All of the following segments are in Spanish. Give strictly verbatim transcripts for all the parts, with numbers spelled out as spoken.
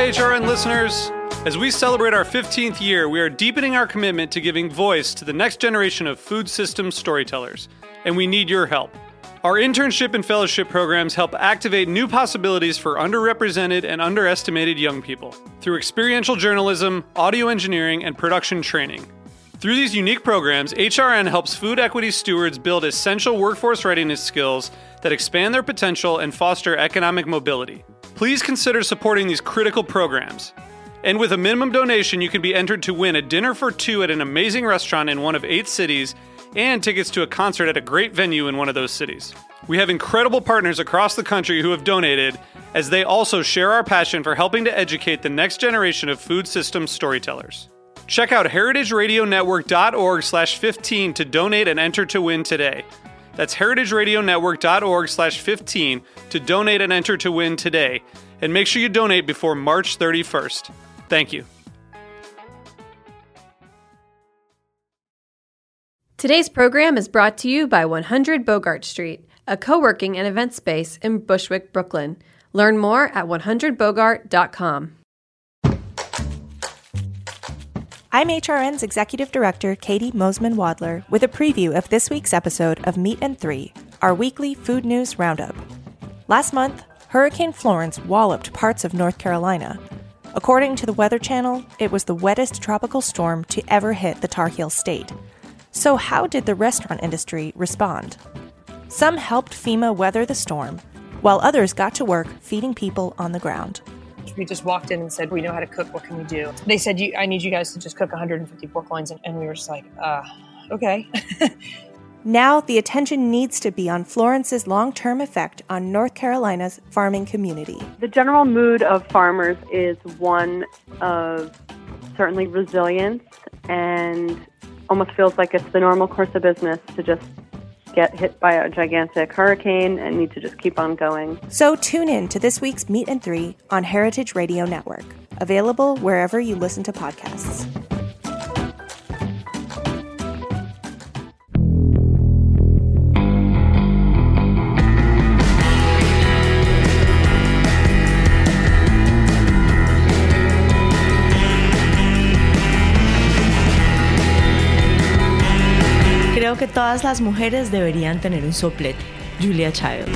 H R N listeners. As we celebrate our fifteenth year, we are deepening our commitment to giving voice to the next generation of food systems storytellers, and we need your help. Our internship and fellowship programs help activate new possibilities for underrepresented and underestimated young people through experiential journalism, audio engineering, and production training. Through these unique programs, H R N helps food equity stewards build essential workforce readiness skills that expand their potential and foster economic mobility. Please consider supporting these critical programs. And with a minimum donation, you can be entered to win a dinner for two at an amazing restaurant in one of eight cities and tickets to a concert at a great venue in one of those cities. We have incredible partners across the country who have donated, as they also share our passion for helping to educate the next generation of food systems storytellers. Check out heritageradionetwork.org slash 15 to donate and enter to win today. That's heritageradionetwork.org slash 15 to donate and enter to win today. And make sure you donate before March thirty-first. Thank you. Today's program is brought to you by one hundred Bogart Street, a co-working and event space in Bushwick, Brooklyn. Learn more at one hundred bogart dot com. I'm H R N's Executive Director, Katie Mosman-Wadler, with a preview of this week's episode of Meat and Three, our weekly food news roundup. Last month, Hurricane Florence walloped parts of North Carolina. According to the Weather Channel, it was the wettest tropical storm to ever hit the Tar Heel state. So how did the restaurant industry respond? Some helped FEMA weather the storm, while others got to work feeding people on the ground. We just walked in and said, we know how to cook, what can we do? They said, you, I need you guys to just cook one hundred fifty pork loins, and, and we were just like, uh, okay. Now the attention needs to be on Florence's long-term effect on North Carolina's farming community. The general mood of farmers is one of certainly resilience, and almost feels like it's the normal course of business to just get hit by a gigantic hurricane and need to just keep on going. So tune in to this week's Meat and Three on Heritage Radio Network, available wherever you listen to podcasts. Creo que todas las mujeres deberían tener un soplete. Julia Child.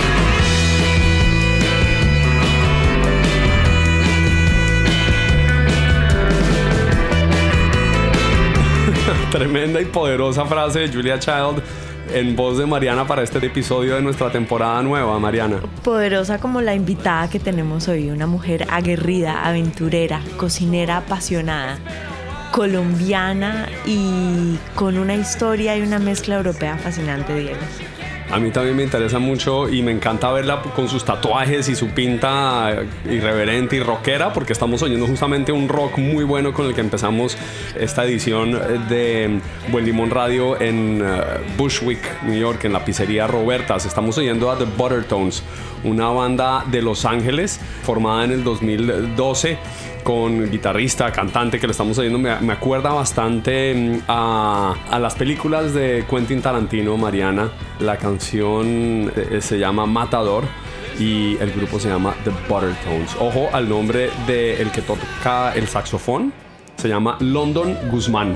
Tremenda y poderosa frase de Julia Child en voz de Mariana para este episodio de nuestra temporada nueva, Mariana. Poderosa como la invitada que tenemos hoy, una mujer aguerrida, aventurera, cocinera apasionada, colombiana y con una historia y una mezcla europea fascinante, Diego. A mí también me interesa mucho y me encanta verla con sus tatuajes y su pinta irreverente y rockera, porque estamos oyendo justamente un rock muy bueno con el que empezamos esta edición de Buen Limón Radio en Bushwick, New York, en la pizzería Roberta's. Estamos oyendo a The Buttertones, una banda de Los Ángeles formada en el dos mil doce con guitarrista, cantante, que le estamos oyendo. Me, me acuerda bastante a, a las películas de Quentin Tarantino, Mariana. La canción eh, se llama Matador y el grupo se llama The Buttertones. Ojo al nombre del que toca el saxofón, se llama London Guzmán.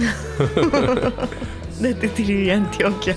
De Titirí, Antioquia.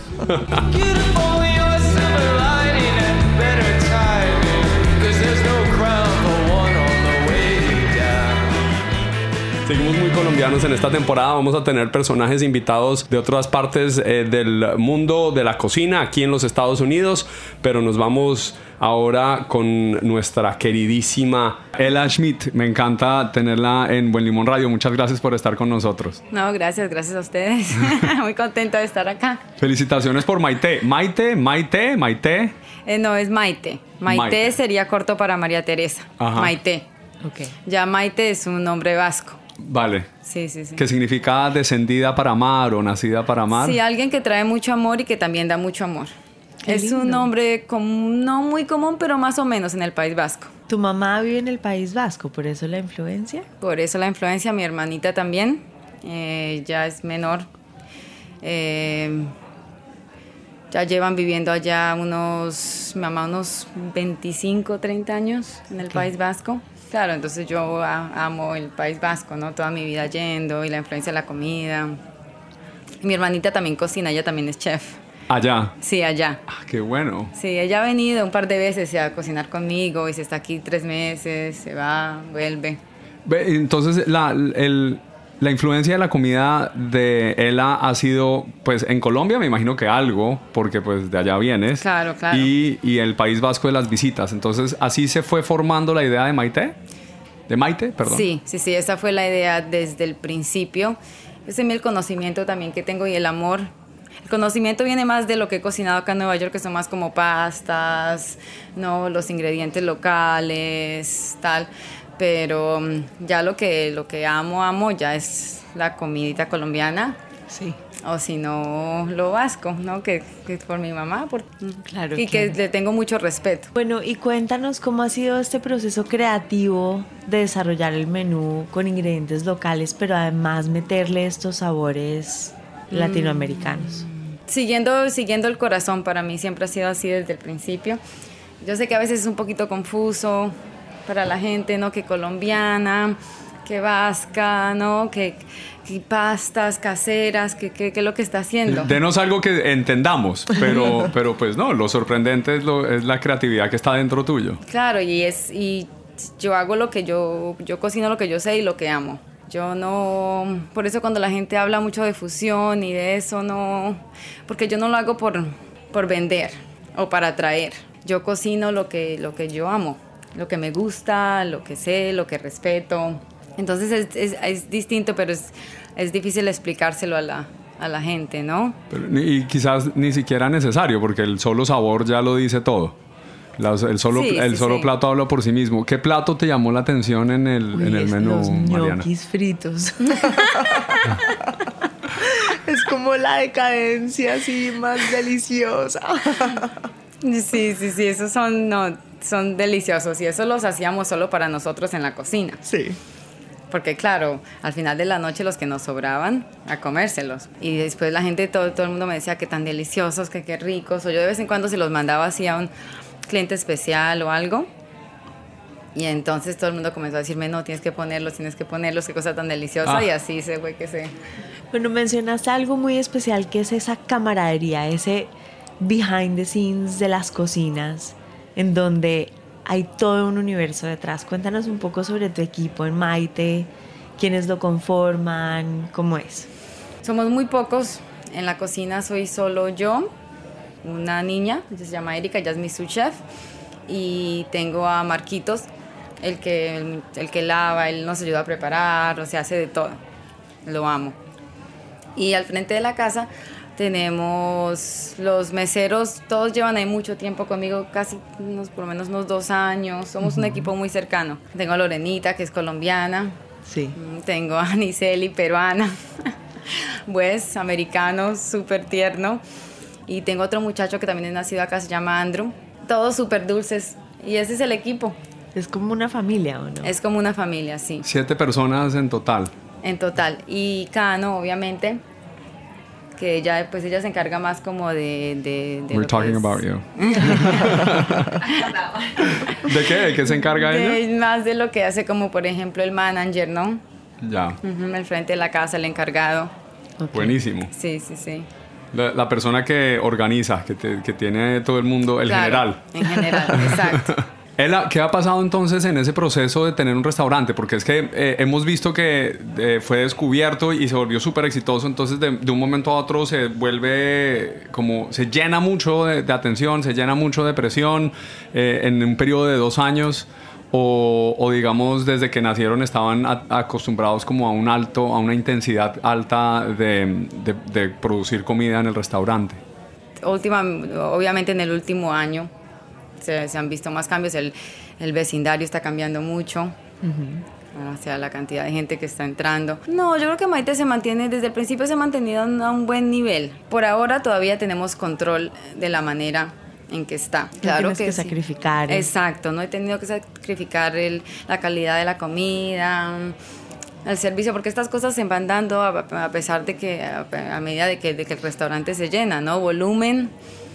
Seguimos muy colombianos en esta temporada. Vamos a tener personajes invitados de otras partes eh, del mundo de la cocina aquí en los Estados Unidos, pero nos vamos ahora con nuestra queridísima Ela Schmidt. Me encanta tenerla en Buen Limón Radio. Muchas gracias por estar con nosotros. No, gracias, gracias a ustedes. Muy contenta de estar acá. Felicitaciones por Maite. Maite, Maite, Maite. Eh, no, es Maite. Maite. Maite sería corto para María Teresa. Ajá. Maite. Okay. Ya Maite es un nombre vasco. Vale. Sí, sí, sí. ¿Qué significa descendida para amar o nacida para amar? Sí, alguien que trae mucho amor y que también da mucho amor. Qué es lindo. Un nombre común, no muy común, pero más o menos en el País Vasco. ¿Tu mamá vive en el País Vasco? ¿Por eso la influencia? Por eso la influencia. Mi hermanita también. Eh, ya es menor. Eh, ya llevan viviendo allá unos, mi mamá unos veinticinco, treinta años en el okay. País Vasco. Claro, entonces yo a, amo el País Vasco, ¿no? Toda mi vida yendo y la influencia de la comida. Mi hermanita también cocina, ella también es chef. ¿Allá? Sí, allá. Ah, qué bueno. Sí, ella ha venido un par de veces a cocinar conmigo y se está aquí tres meses, se va, vuelve. Entonces, la, el, la influencia de la comida de Ela ha sido, pues, en Colombia me imagino que algo, porque pues de allá vienes. Claro, claro. Y, y el País Vasco de las visitas. Entonces, ¿así se fue formando la idea de Maite? ¿De Maite? Perdón. Sí, sí, sí, esa fue la idea desde el principio. Ese es el conocimiento también que tengo y el amor. El conocimiento viene más de lo que he cocinado acá en Nueva York, que son más como pastas, ¿no? Los ingredientes locales, tal. Pero ya lo que, lo que amo, amo ya es la comidita colombiana. Sí. O si no, lo vasco, ¿no? Que, que por mi mamá. Por, claro. Y claro. que le tengo mucho respeto. Bueno, y cuéntanos cómo ha sido este proceso creativo de desarrollar el menú con ingredientes locales, pero además meterle estos sabores latinoamericanos. Siguiendo, siguiendo el corazón, para mí siempre ha sido así desde el principio. Yo sé que a veces es un poquito confuso para la gente, ¿no? Que colombiana, que vasca, ¿no? Que, que pastas caseras, que, que, que es lo que está haciendo. Denos algo que entendamos, pero, pero pues no, lo sorprendente es, lo, es la creatividad que está dentro tuyo. Claro, y, es, y yo hago lo que yo, yo cocino lo que yo sé y lo que amo. Yo no, por eso cuando la gente habla mucho de fusión y de eso, no, porque yo no lo hago por, por vender o para atraer. Yo cocino lo que, lo que yo amo, lo que me gusta, lo que sé, lo que respeto. Entonces es, es, es distinto, pero es, es difícil explicárselo a la, a la gente, ¿no? Pero, y quizás ni siquiera necesario, porque el solo sabor ya lo dice todo. La, el solo, sí, el sí, solo sí. plato habla por sí mismo. ¿Qué plato te llamó la atención en el, Uy, en el menú, los Mariana? ñoquis fritos. Es como la decadencia así más deliciosa. Sí, sí, sí, esos son, no, son deliciosos y eso los hacíamos solo para nosotros en la cocina. Sí. Porque claro, al final de la noche los que nos sobraban, a comérselos. Y después la gente, todo, todo el mundo me decía que tan deliciosos, que qué ricos. O yo de vez en cuando se los mandaba así a un cliente especial o algo. Y entonces todo el mundo comenzó a decirme, no, tienes que ponerlos, tienes que ponerlos, qué cosa tan deliciosa. Ah. Y así se fue que se... Bueno, mencionaste algo muy especial que es esa camaradería, ese behind the scenes de las cocinas, en donde hay todo un universo detrás. Cuéntanos un poco sobre tu equipo en Maite, quiénes lo conforman, cómo es. Somos muy pocos. En la cocina soy solo yo, una niña, ella se llama Erika, ella es mi sous-chef, y tengo a Marquitos, el que, el, el que lava, él nos ayuda a preparar, o sea, hace de todo. Lo amo. Y al frente de la casa tenemos los meseros, todos llevan ahí mucho tiempo conmigo, casi unos, por lo menos unos dos años. Somos uh-huh. un equipo muy cercano. Tengo a Lorenita, que es colombiana. Sí. Tengo a Aniceli, peruana. Pues, americano, súper tierno. Y tengo otro muchacho que también es nacido acá, se llama Andrew. Todos súper dulces. Y ese es el equipo. Es como una familia, ¿o no? Es como una familia, sí. Siete personas en total. En total. Y Cano, obviamente, que ella, pues ella se encarga más como de... de, de We're talking es... about you. ¿De qué? ¿De qué se encarga de, ella? Más de lo que hace como, por ejemplo, el manager, ¿no? Ya. Uh-huh, el frente de la casa, el encargado. Okay. Buenísimo. Sí, sí, sí. La, la persona que organiza, que, te, que tiene todo el mundo, el claro, general. En general, exacto. Ela, ¿qué ha pasado entonces en ese proceso de tener un restaurante? Porque es que eh, hemos visto que eh, fue descubierto y se volvió súper exitoso, entonces de, de un momento a otro se vuelve como, se llena mucho de, de atención, se llena mucho de presión eh, en un periodo de dos años o, o digamos desde que nacieron estaban a, acostumbrados como a un alto, a una intensidad alta de, de, de producir comida en el restaurante. Última, obviamente en el último año Se, se han visto más cambios, el, el vecindario está cambiando mucho, uh-huh. o sea, la cantidad de gente que está entrando. No, yo creo que Maite se mantiene, desde el principio se ha mantenido a un buen nivel. Por ahora todavía tenemos control de la manera en que está. No claro tienes que, que sí. sacrificar. ¿eh? Exacto, no he tenido que sacrificar el, la calidad de la comida, el servicio, porque estas cosas se van dando a, a pesar de que, a, a medida de que, de que el restaurante se llena, ¿no? Volumen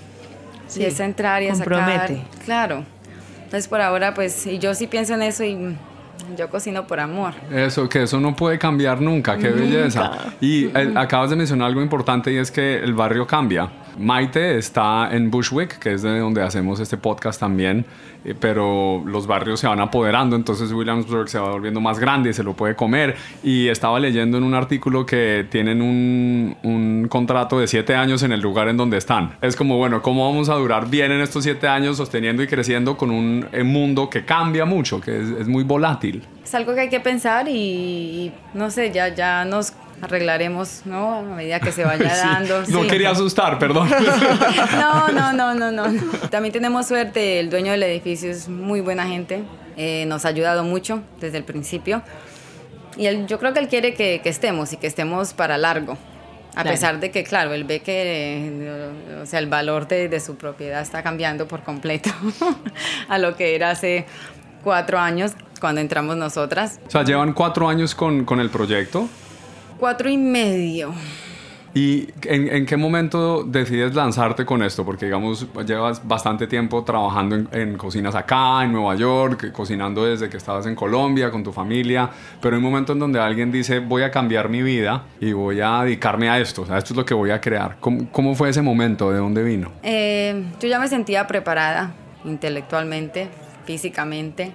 Sí, y es entrar y compromete. Sacar. Claro. Entonces por ahora pues, y yo sí pienso en eso y yo cocino por amor. Eso, que eso no puede cambiar nunca, qué Nunca. belleza. Y eh, acabas de mencionar algo importante y es que el barrio cambia. Maite está en Bushwick, que es de donde hacemos este podcast también, eh, pero los barrios se van apoderando, entonces Williamsburg se va volviendo más grande y se lo puede comer. Y estaba leyendo en un artículo que tienen un, un contrato de siete años en el lugar en donde están. Es como, bueno, ¿cómo vamos a durar bien en estos siete años sosteniendo y creciendo con un eh, mundo que cambia mucho, que es, es muy volátil? Es algo que hay que pensar y, y no sé, ya, ya nos arreglaremos, ¿no? A medida que se vaya Sí. dando. No sí. quería asustar, perdón. No, no, no, no, no. También tenemos suerte, el dueño del edificio es muy buena gente, eh, nos ha ayudado mucho desde el principio y él, yo creo que él quiere que, que estemos y que estemos para largo, a Claro. pesar de que, claro, él ve que eh, o sea, el valor de, de su propiedad está cambiando por completo a lo que era hace cuatro años cuando entramos nosotras. O sea, llevan cuatro años con, con el proyecto. Cuatro y medio. ¿Y en, en qué momento decides lanzarte con esto? Porque, digamos, llevas bastante tiempo trabajando en, en cocinas acá, en Nueva York, cocinando desde que estabas en Colombia con tu familia, pero hay un momento en donde alguien dice, voy a cambiar mi vida y voy a dedicarme a esto, o sea, esto es lo que voy a crear. ¿Cómo, cómo fue ese momento? ¿De dónde vino? Eh, yo ya me sentía preparada intelectualmente, físicamente,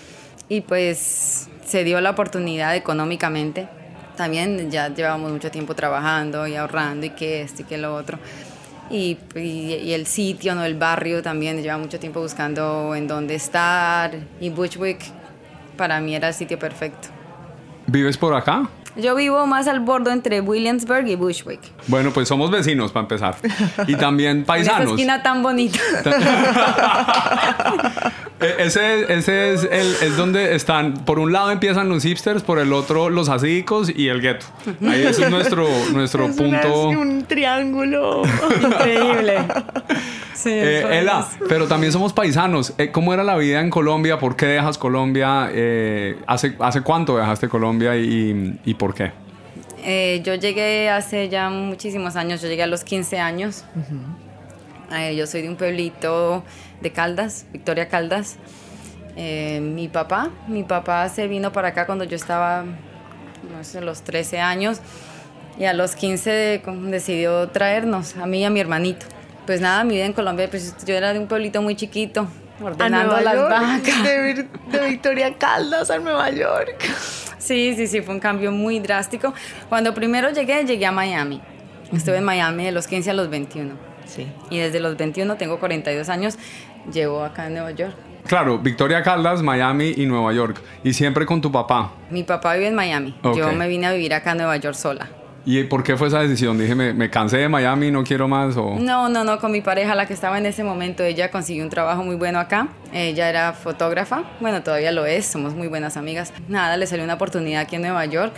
y pues se dio la oportunidad económicamente. También ya llevábamos mucho tiempo trabajando y ahorrando y que esto y que lo otro. Y, y, y el sitio, ¿no? El barrio también, llevaba mucho tiempo buscando en dónde estar. Y Bushwick para mí era el sitio perfecto. ¿Vives por acá? Yo vivo más al borde entre Williamsburg y Bushwick. Bueno, pues somos vecinos para empezar. Y también paisanos. En esa esquina tan bonita. Ese, ese es, el, es donde están, por un lado empiezan los hipsters, por el otro los asídicos y el gueto. Ahí ese es nuestro, nuestro es punto. Una, un triángulo increíble. Sí, eh, Ela, pero también somos paisanos. Eh, ¿Cómo era la vida en Colombia? ¿Por qué dejas Colombia? Eh, ¿hace, ¿Hace cuánto dejaste Colombia y, y por qué? Eh, yo llegué hace ya muchísimos años, yo llegué a los quince años. Uh-huh. eh, yo soy de un pueblito de Caldas, Victoria Caldas. Eh, mi papá, mi papá se vino para acá cuando yo estaba, no sé, los trece años, y a los quince decidió traernos, a mí y a mi hermanito. Pues nada, mi vida en Colombia, pues yo era de un pueblito muy chiquito, ordenando a las York, vacas. De, de Victoria Caldas a Nueva York. Sí, sí, sí, fue un cambio muy drástico. Cuando primero llegué, llegué a Miami. Estuve en Miami de los quince a los veintiuno. Sí. Y desde los veintiuno, tengo cuarenta y dos años, llevo acá en Nueva York. Claro, Victoria Caldas, Miami y Nueva York. ¿Y siempre con tu papá? Mi papá vive en Miami. Okay. Yo me vine a vivir acá en Nueva York sola. ¿Y por qué fue esa decisión? Dije, me, me cansé de Miami, no quiero más. ¿O? No, no, no, con mi pareja, la que estaba en ese momento, ella consiguió un trabajo muy bueno acá. Ella era fotógrafa, bueno, todavía lo es, somos muy buenas amigas. Nada, le salió una oportunidad aquí en Nueva York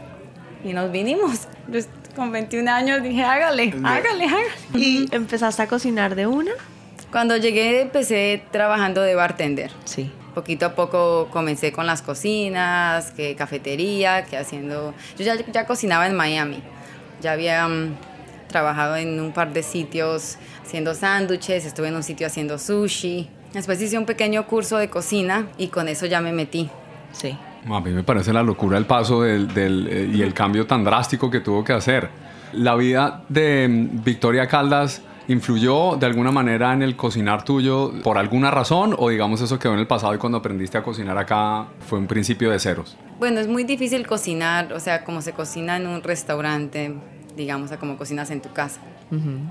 y nos vinimos. Yo con veintiún años dije, hágale, hágale, hágale. ¿Y empezaste a cocinar de una? Cuando llegué empecé trabajando de bartender. Sí. Poquito a poco comencé con las cocinas, que cafetería, que haciendo... Yo ya, ya cocinaba en Miami. Ya había um, trabajado en un par de sitios haciendo sándwiches, estuve en un sitio haciendo sushi. Después hice un pequeño curso de cocina y con eso ya me metí. Sí. A mí me parece la locura el paso del, del, eh, y el cambio tan drástico que tuvo que hacer. La vida de Victoria Caldas ¿influyó de alguna manera en el cocinar tuyo por alguna razón o digamos eso quedó en el pasado y cuando aprendiste a cocinar acá fue un principio de ceros? Bueno, es muy difícil cocinar, o sea, como se cocina en un restaurante, digamos, a como cocinas en tu casa. Uh-huh.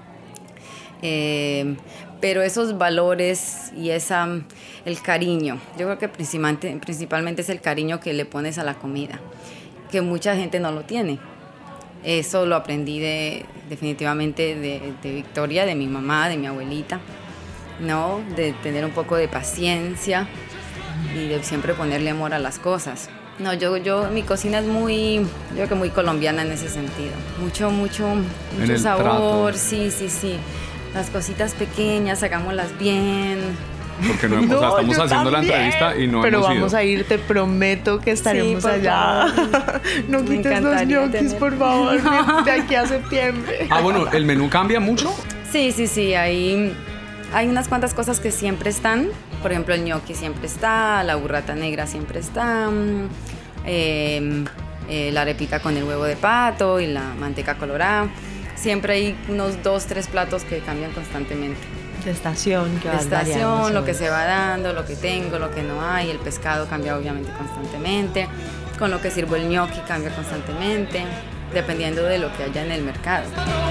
Eh, pero esos valores y esa, el cariño, yo creo que principalmente, principalmente es el cariño que le pones a la comida, que mucha gente no lo tiene. Eso lo aprendí de, definitivamente de, de Victoria, de mi mamá, de mi abuelita, ¿no? De tener un poco de paciencia y de siempre ponerle amor a las cosas. No, yo, yo, mi cocina es muy, yo creo que muy colombiana en ese sentido. Mucho, mucho, mucho sabor, trato. sí, sí, sí. Las cositas pequeñas, hagámoslas bien. Porque no, no, o sea, estamos haciendo también. La entrevista y no Pero hemos vamos ido. a ir, te prometo que estaremos sí, allá. No quites los ñoquis, tener... por favor, de aquí a septiembre. Ah, bueno, ¿el menú cambia mucho? Sí, sí, sí, ahí hay unas cuantas cosas que siempre están. Por ejemplo, el gnocchi siempre está, la burrata negra siempre está, eh, eh, la arepita con el huevo de pato y la manteca colorada. Siempre hay unos dos, tres platos que cambian constantemente. De estación, que de estación, lo que se va dando, lo que tengo, lo que no hay. El pescado cambia obviamente constantemente. Con lo que sirvo el gnocchi cambia constantemente, dependiendo de lo que haya en el mercado.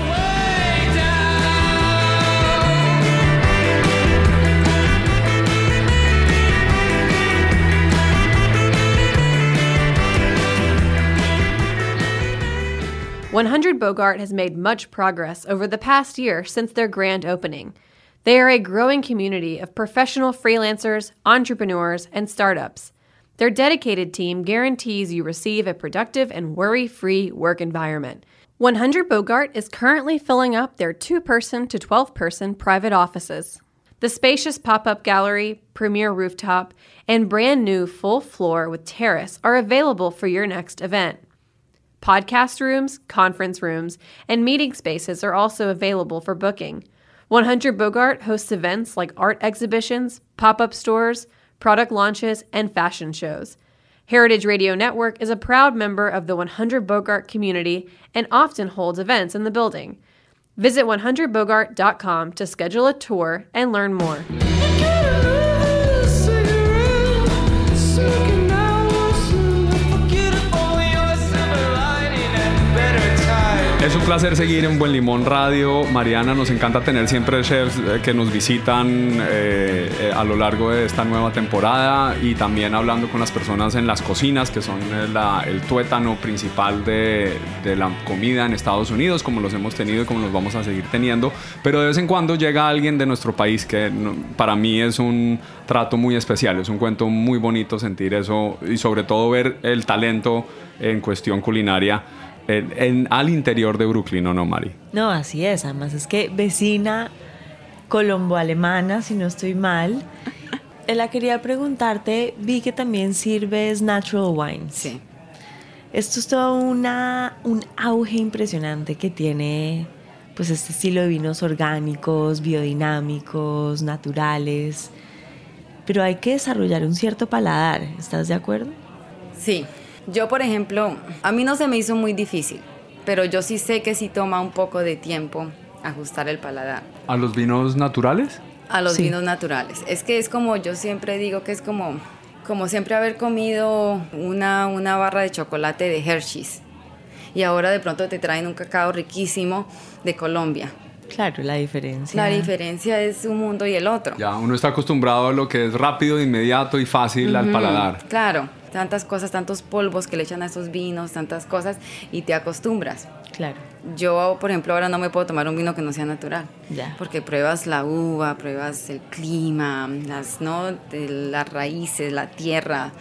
one hundred Bogart has made much progress over the past year since their grand opening. They are a growing community of professional freelancers, entrepreneurs, and startups. Their dedicated team guarantees you receive a productive and worry-free work environment. one hundred Bogart is currently filling up their two-person to twelve-person private offices. The spacious pop-up gallery, premier rooftop, and brand new full floor with terrace are available for your next event. Podcast rooms, conference rooms, and meeting spaces are also available for booking. one hundred Bogart hosts events like art exhibitions, pop-up stores, product launches, and fashion shows. Heritage Radio Network is a proud member of the one hundred Bogart community and often holds events in the building. Visit one hundred bogart dot com to schedule a tour and learn more. Es un placer seguir en Buen Limón Radio. Mariana, nos encanta tener siempre chefs que nos visitan eh, eh, a lo largo de esta nueva temporada y también hablando con las personas en las cocinas, que son la, el tuétano principal de, de la comida en Estados Unidos, como los hemos tenido y como los vamos a seguir teniendo. Pero de vez en cuando llega alguien de nuestro país que no, para mí es un trato muy especial, es un cuento muy bonito sentir eso y sobre todo ver el talento en cuestión culinaria En, en, al interior de Brooklyn, ¿o no, Mari? No, así es. Además es que vecina colombo-alemana, si no estoy mal. La quería preguntarte, vi que también sirves natural wines. Sí. Esto es todo una, un auge impresionante que tiene pues este estilo de vinos orgánicos, biodinámicos, naturales. Pero hay que desarrollar un cierto paladar. ¿Estás de acuerdo? Sí. Yo, por ejemplo, a mí no se me hizo muy difícil, pero yo sí sé que sí toma un poco de tiempo ajustar el paladar. ¿A los vinos naturales? A los Sí. vinos naturales. Es que es como, yo siempre digo que es como, como siempre haber comido una, una barra de chocolate de Hershey's y ahora de pronto te traen un cacao riquísimo de Colombia. Claro, la diferencia. La diferencia es un mundo y el otro. Ya, uno está acostumbrado a lo que es rápido, inmediato y fácil uh-huh. al paladar. Claro, tantas cosas, tantos polvos que le echan a esos vinos, tantas cosas, y te acostumbras. Claro. Yo, por ejemplo, ahora no me puedo tomar un vino que no sea natural. Ya. Porque pruebas la uva, pruebas el clima, las, ¿no? de las raíces, la tierra.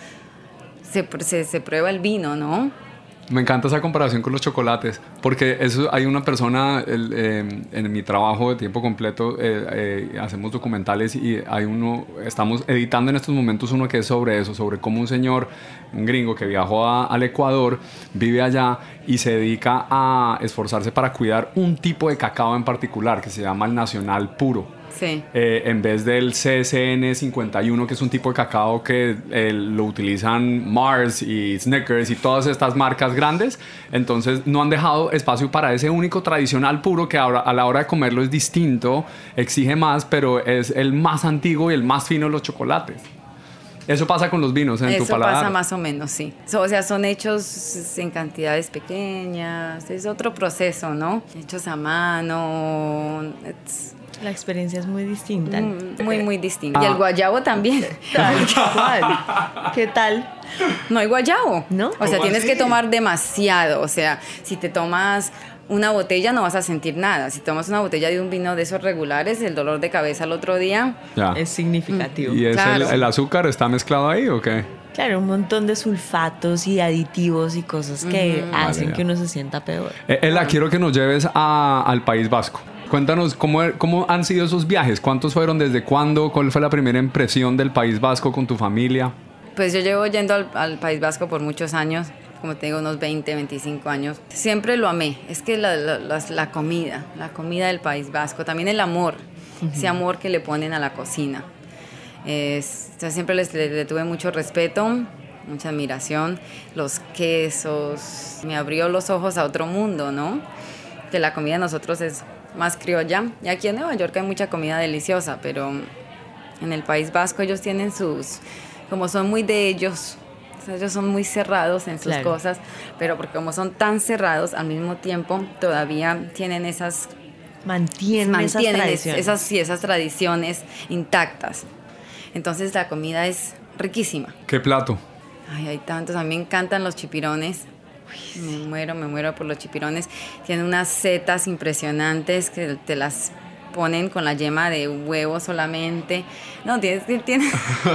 Se, se, se prueba el vino, ¿no? Me encanta esa comparación con los chocolates, porque eso, hay una persona el, eh, en mi trabajo de tiempo completo, eh, eh, hacemos documentales y hay uno, estamos editando en estos momentos uno que es sobre eso, sobre cómo un señor, un gringo que viajó a, al Ecuador, vive allá y se dedica a esforzarse para cuidar un tipo de cacao en particular que se llama el Nacional Puro. Sí. Eh, en vez del C S N cincuenta y uno, que es un tipo de cacao que eh, lo utilizan Mars y Snickers y todas estas marcas grandes, entonces no han dejado espacio para ese único tradicional puro que ahora, a la hora de comerlo es distinto, exige más, pero es el más antiguo y el más fino de los chocolates. Eso pasa con los vinos en Eso tu paladar. pasa más o menos, sí. O sea, son hechos en cantidades pequeñas, es otro proceso, ¿no? Hechos a mano. It's... La experiencia es muy distinta. Muy, muy distinta. Ah. Y el guayabo también. Tal cual. ¿Qué tal? No hay guayabo. ¿No? O sea, tienes así? que tomar demasiado. O sea, si te tomas una botella no vas a sentir nada. Si tomas una botella de un vino de esos regulares, el dolor de cabeza al otro día Ya. Es significativo. ¿Y es Claro. el, el azúcar está mezclado ahí o qué? Claro, un montón de sulfatos y aditivos y cosas que Ujú. hacen Vale, que uno se sienta peor. Eh, Ela, quiero que nos lleves a, al País Vasco. Cuéntanos cómo, cómo han sido esos viajes, cuántos fueron, desde cuándo, cuál fue la primera impresión del País Vasco con tu familia. Pues yo llevo yendo al, al País Vasco por muchos años, como te digo, unos veinte, veinticinco años. Siempre lo amé. Es que la, la, la, la comida, la comida del País Vasco, también el amor. uh-huh. ese amor que le ponen a la cocina. Es, entonces siempre les, les, les tuve mucho respeto, mucha admiración. Los quesos, me abrió los ojos a otro mundo, ¿no? Que la comida de nosotros es más criolla. Y aquí en Nueva York hay mucha comida deliciosa, pero en el País Vasco ellos tienen sus, como son muy de ellos, o sea, ellos son muy cerrados en sus claro. cosas, pero porque como son tan cerrados, al mismo tiempo todavía tienen esas... Mantienen, mantienen esas tradiciones. Esas, sí, esas tradiciones intactas. Entonces la comida es riquísima. ¿Qué plato? Ay, hay tantos. A mí me encantan los chipirones. Uy, me muero, me muero por los chipirones. Tienen unas setas impresionantes que te las ponen con la yema de huevo solamente. No, tienes... tienes...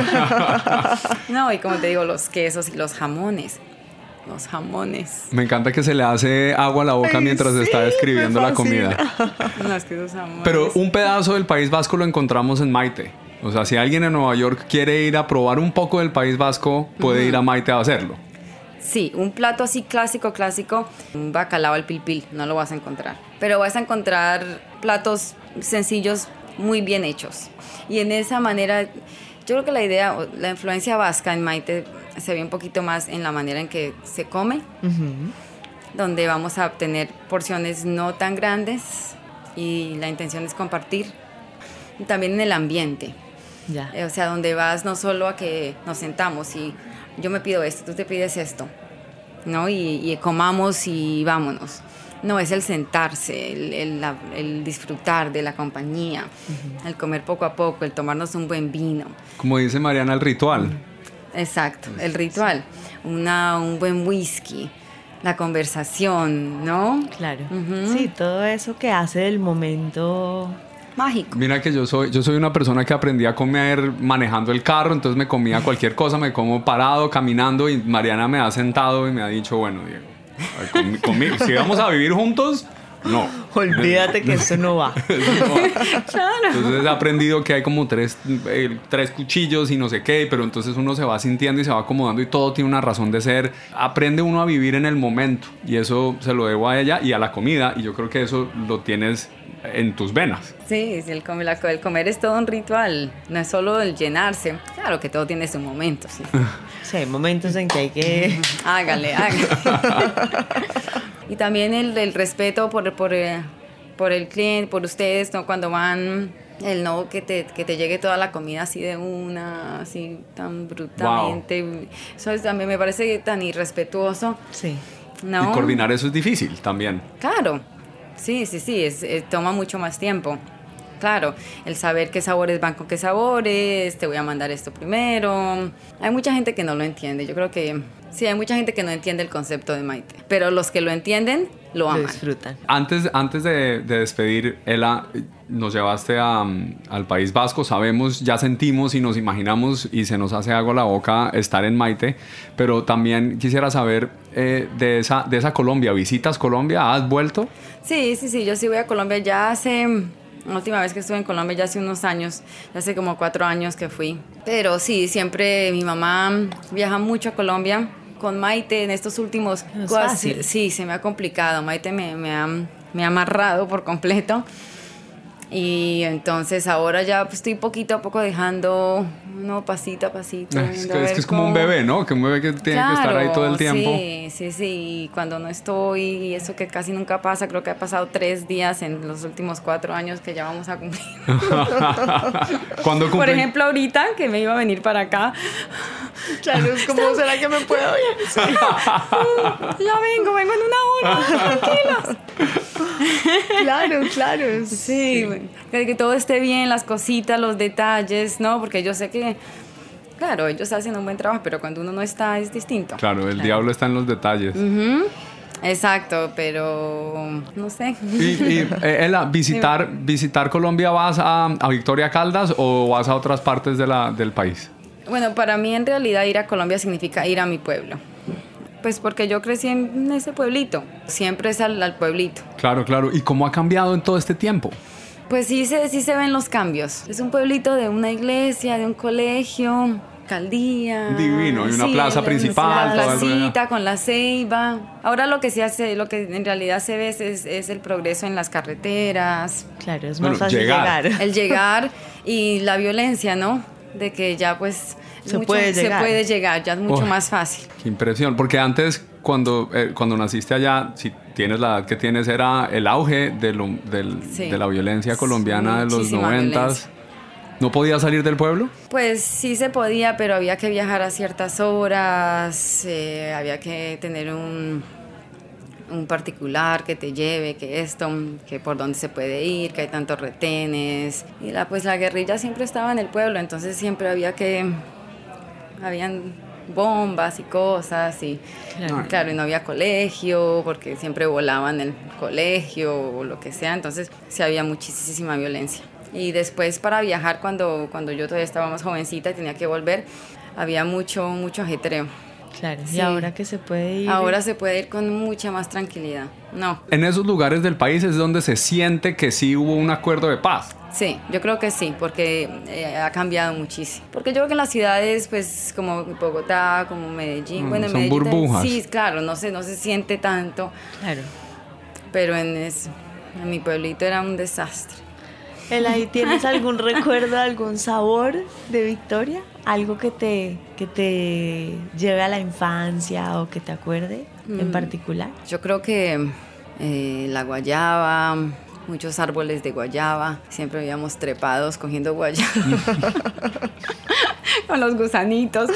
no, y como te digo, los quesos y los jamones. Los jamones. Me encanta que se le hace agua a la boca. Ay, mientras sí, está describiendo la comida. No, es que esos jamones. Pero un pedazo del País Vasco lo encontramos en Maite. O sea, si alguien en Nueva York quiere ir a probar un poco del País Vasco, puede uh-huh. ir a Maite a hacerlo. Sí, un plato así clásico, clásico, un bacalao al pilpil, no lo vas a encontrar. Pero vas a encontrar platos sencillos, muy bien hechos. Y en esa manera, yo creo que la idea, la influencia vasca en Maite se ve un poquito más en la manera en que se come, uh-huh. donde vamos a obtener porciones no tan grandes y la intención es compartir. Y también en el ambiente. Ya. O sea, donde vas no solo a que nos sentamos y yo me pido esto, tú te pides esto, ¿no? Y, y comamos y vámonos. No, es el sentarse, el, el, la, el disfrutar de la compañía, uh-huh. el comer poco a poco, el tomarnos un buen vino. Como dice Mariana, el ritual. Exacto, el ritual. Una, un buen whisky, la conversación, ¿no? Claro. Uh-huh. Sí, todo eso que hace del momento... mágico. Mira que yo soy, yo soy una persona que aprendí a comer manejando el carro, entonces me comía cualquier cosa, me como parado, caminando, y Mariana me ha sentado y me ha dicho, bueno, Diego, con, conmigo, si vamos a vivir juntos, no. Olvídate que eso no va. Eso no va. Claro. Entonces he aprendido que hay como tres, eh, tres cuchillos y no sé qué, pero entonces uno se va sintiendo y se va acomodando y todo tiene una razón de ser. Aprende uno a vivir en el momento y eso se lo debo a ella y a la comida, y yo creo que eso lo tienes en tus venas. Sí, el comer, el comer es todo un ritual, no es solo el llenarse. Claro que todo tiene su momento, sí. Sí, hay momentos en que hay que... hágale, hágale. Y también el, el respeto por, por, por el cliente, por ustedes, ¿no? Cuando van, el no que te, que te llegue toda la comida así de una, así tan brutalmente. Wow. Eso es, también me parece tan irrespetuoso. Sí. ¿No? Y coordinar eso es difícil también. Claro. Sí, sí, sí, es, es, toma mucho más tiempo. Claro, el saber qué sabores van con qué sabores, te voy a mandar esto primero. Hay mucha gente que no lo entiende. Yo creo que sí, hay mucha gente que no entiende el concepto de Maite. Pero los que lo entienden, lo aman. Lo disfrutan. Antes, antes de, de despedir, Ela, nos llevaste a, al País Vasco. Sabemos, ya sentimos y nos imaginamos y se nos hace agua a la boca estar en Maite. Pero también quisiera saber eh, de, esa, de esa Colombia. ¿Visitas Colombia? ¿Has vuelto? Sí, sí, sí. Yo sí voy a Colombia ya hace... La última vez que estuve en Colombia ya hace unos años, ya hace como cuatro años que fui. Pero sí, siempre mi mamá viaja mucho a Colombia. Con Maite en estos últimos... No es fácil. Sí, se me ha complicado. Maite me, me, ha, me ha amarrado por completo. Y entonces ahora ya pues, estoy poquito a poco dejando, no, pasito a pasito. Es que, es, que es como un bebé, ¿no? Que un bebé que tiene claro, que estar ahí todo el tiempo. Sí, sí, sí. Y cuando no estoy, y eso que casi nunca pasa, creo que ha pasado tres días en los últimos cuatro años que ya vamos a cumplir. ¿Cuándo cumplen? Por ejemplo, ahorita que me iba a venir para acá. Claro, es como, ¿será que me puedo ir? Sí. Ya vengo, vengo en una hora, tranquilos. Claro, claro. Sí, sí. Que, que todo esté bien, las cositas, los detalles, ¿no? Porque yo sé que, claro, ellos hacen un buen trabajo, pero cuando uno no está es distinto. Claro, el claro. diablo está en los detalles. Uh-huh. Exacto, pero no sé. Y, y Ela, visitar, visitar Colombia, ¿vas a, a Victoria Caldas o vas a otras partes de la, del país? Bueno, para mí en realidad ir a Colombia significa ir a mi pueblo. Pues porque yo crecí en ese pueblito, siempre es al, al pueblito. Claro, claro. ¿Y cómo ha cambiado en todo este tiempo? Pues sí se, sí se ven los cambios. Es un pueblito de una iglesia, de un colegio, alcaldía. Divino, y una sí, plaza el- principal. La todo el rollo. placita con la ceiba. Ahora lo que se hace, lo que en realidad se ve es, es el progreso en las carreteras, Claro, es Bueno, más fácil llegar. llegar. el llegar y la violencia, ¿no? De que ya pues Se mucho- puede se llegar. puede llegar, ya es mucho Uy. más fácil. Qué impresión, porque antes cuando, eh, cuando naciste allá, si tienes la edad que tienes, era el auge de, lo- del- Sí. de la violencia colombiana de los Muchísima noventas. violencia. ¿No podías salir del pueblo? Pues sí se podía, pero había que viajar a ciertas horas, eh, había que tener un, un particular que te lleve, que esto, que por dónde se puede ir, que hay tantos retenes. Y la, pues la guerrilla siempre estaba en el pueblo, entonces siempre había que... Habían bombas y cosas y Claro. claro, y no había colegio porque siempre volaban el colegio o lo que sea, entonces sí había muchísima violencia. Y después para viajar cuando, cuando yo todavía estaba más jovencita y tenía que volver, había mucho, mucho ajetreo. Claro, y Sí. ahora que se puede ir. Ahora se puede ir con mucha más tranquilidad. No, En esos lugares del país es donde se siente que sí hubo un acuerdo de paz. sí, yo creo que sí, porque eh, ha cambiado muchísimo. Porque yo creo que en las ciudades, pues como Bogotá, como Medellín, Mm, bueno, en son Medellín también- burbujas. sí, claro, no se, no se siente tanto, Claro. pero en, es- en mi pueblito era un desastre. Elaí, ¿tienes algún recuerdo, algún sabor de Victoria? ¿Algo que te, que te lleve a la infancia o que te acuerde en Mm. particular? Yo creo que eh, la guayaba, muchos árboles de guayaba, siempre habíamos trepados cogiendo guayaba con los gusanitos.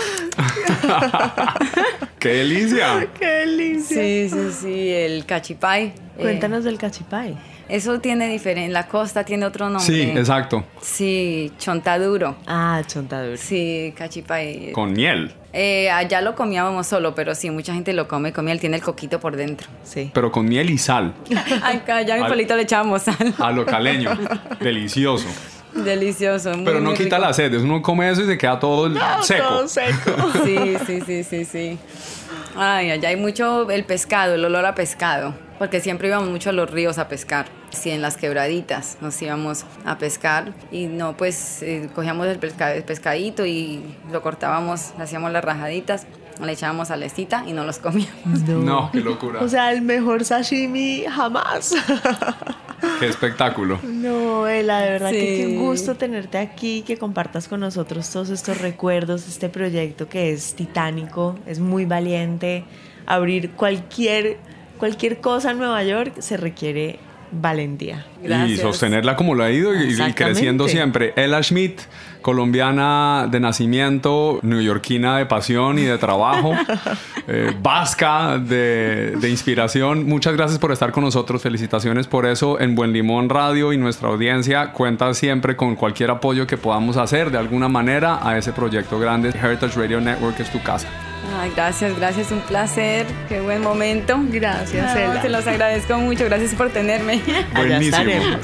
¡Qué delicia! ¡Qué delicia! Sí, sí, sí, el cachipay. Eh, Cuéntanos del cachipay. eso tiene diferente, en la costa tiene otro nombre. Sí, exacto. Sí, chontaduro. Ah, chontaduro. Sí, cachipay. Con miel. Eh, allá lo comíamos solo, pero sí, mucha gente lo come con miel, tiene el coquito por dentro. Sí. Pero con miel y sal. Acá allá a mi Al- pueblito le echábamos sal. A lo caleño. Delicioso. Delicioso. Muy, Pero no muy quita rico. la sed. Uno come eso y se queda todo el- seco. Todo seco. Sí, sí, sí, sí, sí. Ay, allá hay mucho el pescado, el olor a pescado, porque siempre íbamos mucho a los ríos a pescar. Sí, en las quebraditas nos íbamos a pescar y no, pues eh, cogíamos el, pesca- el pescadito y lo cortábamos, le hacíamos las rajaditas, le echábamos salecita y no los comíamos. No, qué locura. O sea, el mejor sashimi jamás. Qué espectáculo. No, Ela, de verdad que Sí. qué gusto tenerte aquí, que compartas con nosotros todos estos recuerdos, este proyecto que es titánico, es muy valiente. Abrir cualquier, cualquier cosa en Nueva York se requiere valentía. Y Gracias. sostenerla como lo ha ido y- y, Exactamente. creciendo siempre. Ela Schmidt, colombiana de nacimiento, neoyorquina de pasión y de trabajo, eh, vasca de, de inspiración. Muchas gracias por estar con nosotros. Felicitaciones por eso. En Buen Limón Radio y nuestra audiencia cuenta siempre con cualquier apoyo que podamos hacer de alguna manera a ese proyecto grande. Heritage Radio Network es tu casa. Ay, gracias, gracias, un placer, qué buen momento. Gracias, No, Ela. te los agradezco mucho, gracias por tenerme. Allá Buenísimo. estaremos.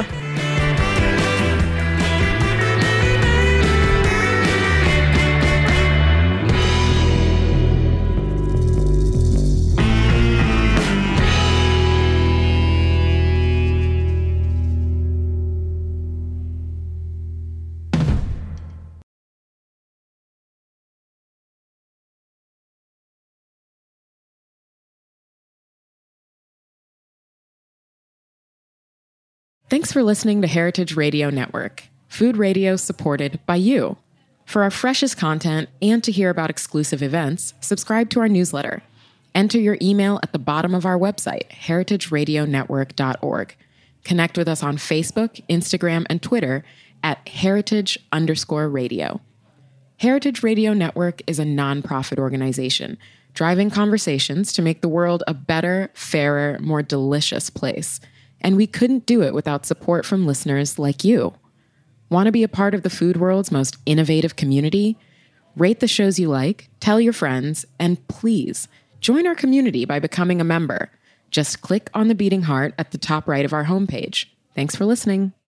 Thanks for listening to Heritage Radio Network, food radio supported by you. For our freshest content and to hear about exclusive events, subscribe to our newsletter. Enter your email at the bottom of our website, heritage radio network dot org. Connect with us on Facebook, Instagram, and Twitter at heritage underscore radio. Heritage Radio Network is a nonprofit organization driving conversations to make the world a better, fairer, more delicious place. And we couldn't do it without support from listeners like you. Want to be a part of the food world's most innovative community? Rate the shows you like, tell your friends, and please join our community by becoming a member. Just click on the beating heart at the top right of our homepage. Thanks for listening.